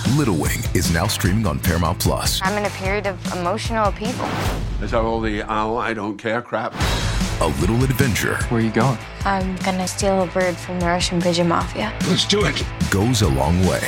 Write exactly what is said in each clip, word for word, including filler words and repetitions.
Little Wing is now streaming on Paramount Plus. I'm in a period of emotional upheaval. Is that all the oh, I don't care crap? A little adventure. Where are you going? I'm gonna steal a bird from the Russian pigeon mafia. Let's do it. Goes a long way.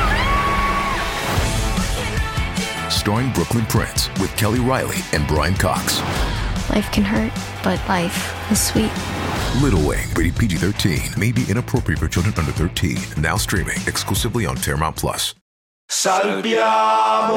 Starring Brooklyn Prince with Kelly Riley and Brian Cox. Life can hurt, but life is sweet. Little Wing, rated P G thirteen, may be inappropriate for children under thirteen. Now streaming exclusively on Paramount Plus. Salpiamo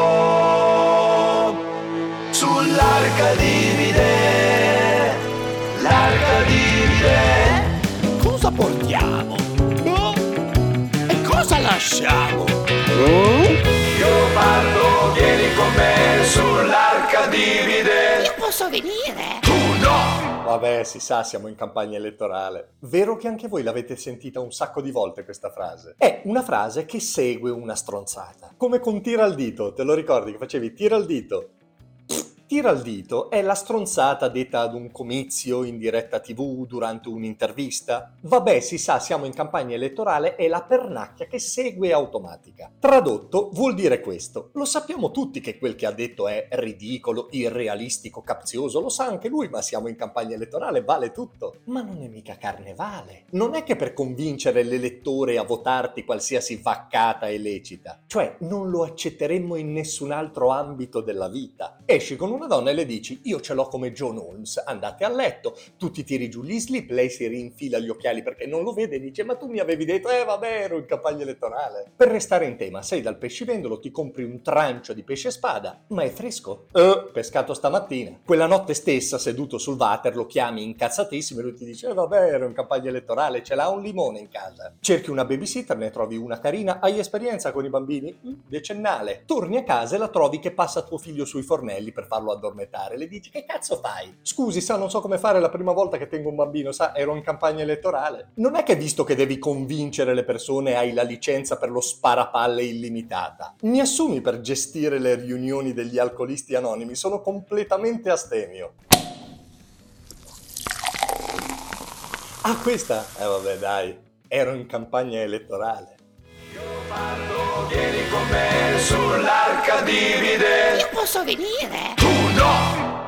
sull'Arcadivide, l'Arcadivide. Cosa portiamo? Oh? E cosa lasciamo? Oh? Io parlo, vieni con me sull'Arcadivide. Io posso venire? Tu no! Vabbè, si sa, siamo in campagna elettorale. Vero che anche voi l'avete sentita un sacco di volte questa frase? È una frase che segue una stronzata. Come con tira al dito, te lo ricordi che facevi tira al dito? Tira al dito è la stronzata detta ad un comizio in diretta tivù durante un'intervista. Vabbè, si sa, siamo in campagna elettorale, è la pernacchia che segue automatica. Tradotto vuol dire questo. Lo sappiamo tutti che quel che ha detto è ridicolo, irrealistico, capzioso, lo sa anche lui, ma siamo in campagna elettorale, vale tutto. Ma non è mica carnevale. Non è che per convincere l'elettore a votarti qualsiasi vaccata è lecita. Cioè, non lo accetteremmo in nessun altro ambito della vita. Esci con una donna e le dici io ce l'ho come John Holmes, andate a letto, tu ti tiri giù gli slip, lei si rinfila gli occhiali perché non lo vede e dice ma tu mi avevi detto eh vabbè ero in campagna elettorale. Per restare in tema, sei dal pescivendolo, ti compri un trancio di pesce spada, ma è fresco? Eh, pescato stamattina. Quella notte stessa seduto sul water lo chiami incazzatissimo e lui ti dice eh vabbè ero in campagna elettorale, ce l'ha un limone in casa. Cerchi una babysitter, ne trovi una carina, hai esperienza con i bambini? Mm, decennale. Torni a casa e la trovi che passa tuo figlio sui fornelli per farlo addormentare, le dici che cazzo fai? Scusi sa non so come fare, la prima volta che tengo un bambino, sa ero in campagna elettorale. Non è che visto che devi convincere le persone hai la licenza per lo sparapalle illimitata. Mi assumi per gestire le riunioni degli alcolisti anonimi, sono completamente astemio. Ah questa? Eh vabbè dai, ero in campagna elettorale. Io parlo, vieni con me sull'Arcadivide. Io posso venire? Tu no!